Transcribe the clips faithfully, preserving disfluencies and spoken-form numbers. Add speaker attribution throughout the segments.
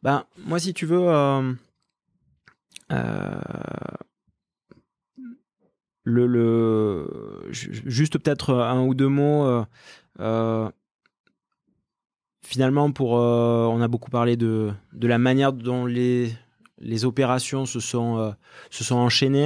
Speaker 1: Ben, moi, si tu veux, euh, euh, le, le, juste peut-être un ou deux mots. Euh, euh, finalement, pour, euh, on a beaucoup parlé de, de la manière dont les, les opérations se sont, euh, se sont enchaînées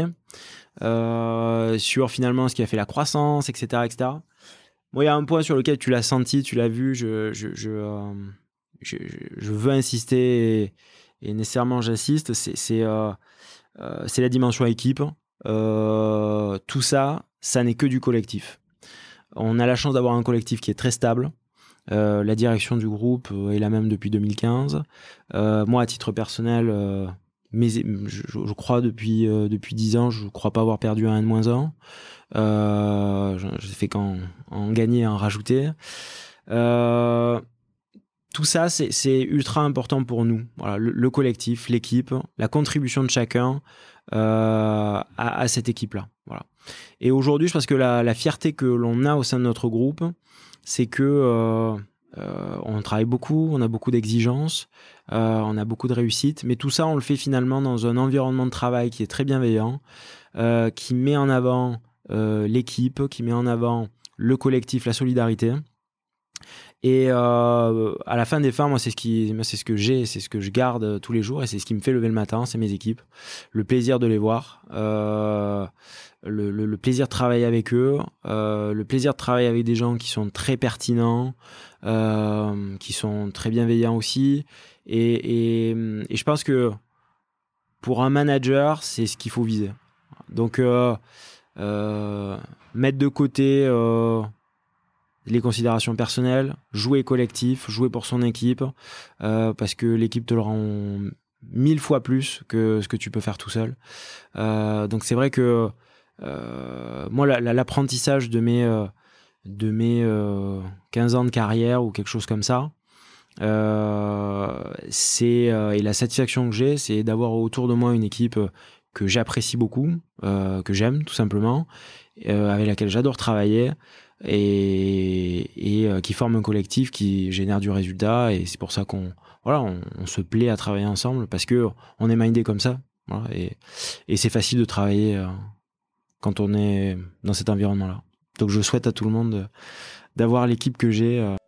Speaker 1: euh, sur finalement ce qui a fait la croissance, et cetera, et cetera. Moi, il y a un point sur lequel tu l'as senti, tu l'as vu, je, je, je, euh, je, je veux insister et, et nécessairement j'insiste, c'est, c'est, euh, euh, c'est la dimension équipe. Euh, tout ça, ça n'est que du collectif. On a la chance d'avoir un collectif qui est très stable. Euh, la direction du groupe est la même depuis deux mille quinze. Euh, moi, à titre personnel, euh, mais je, je crois depuis euh, depuis dix ans, je ne crois pas avoir perdu un N moins un. Euh, je fais qu'en en gagner, en rajouter. Euh, tout ça, c'est, c'est ultra important pour nous. Voilà, le, le collectif, l'équipe, la contribution de chacun euh, à, à cette équipe-là. Voilà. Et aujourd'hui, je pense que la, la fierté que l'on a au sein de notre groupe, c'est que euh, euh, on travaille beaucoup, on a beaucoup d'exigences, euh, on a beaucoup de réussite, mais tout ça, on le fait finalement dans un environnement de travail qui est très bienveillant, euh, qui met en avant euh, l'équipe, qui met en avant le collectif, la solidarité. Et euh, à la fin des fins, moi, c'est ce qui, moi, c'est ce que j'ai, c'est ce que je garde tous les jours, et c'est ce qui me fait lever le matin, c'est mes équipes, le plaisir de les voir, euh, le, le, le plaisir de travailler avec eux, euh, le plaisir de travailler avec des gens qui sont très pertinents, euh, qui sont très bienveillants aussi, et, et, et je pense que pour un manager, c'est ce qu'il faut viser. Donc, euh, euh, mettre de côté euh, les considérations personnelles, jouer collectif, jouer pour son équipe, euh, parce que l'équipe te le rend mille fois plus que ce que tu peux faire tout seul. Euh, donc c'est vrai que euh, moi, la, la, l'apprentissage de mes, euh, de mes euh, quinze ans de carrière ou quelque chose comme ça, euh, c'est, euh, et la satisfaction que j'ai, c'est d'avoir autour de moi une équipe que j'apprécie beaucoup, euh, que j'aime tout simplement, euh, avec laquelle j'adore travailler, et, et euh, qui forme un collectif qui génère du résultat. Et c'est pour ça qu'on voilà, on, on se plaît à travailler ensemble, parce que on est mindé comme ça. Voilà, et, et c'est facile de travailler euh, quand on est dans cet environnement-là. Donc je souhaite à tout le monde de, d'avoir l'équipe que j'ai. Euh,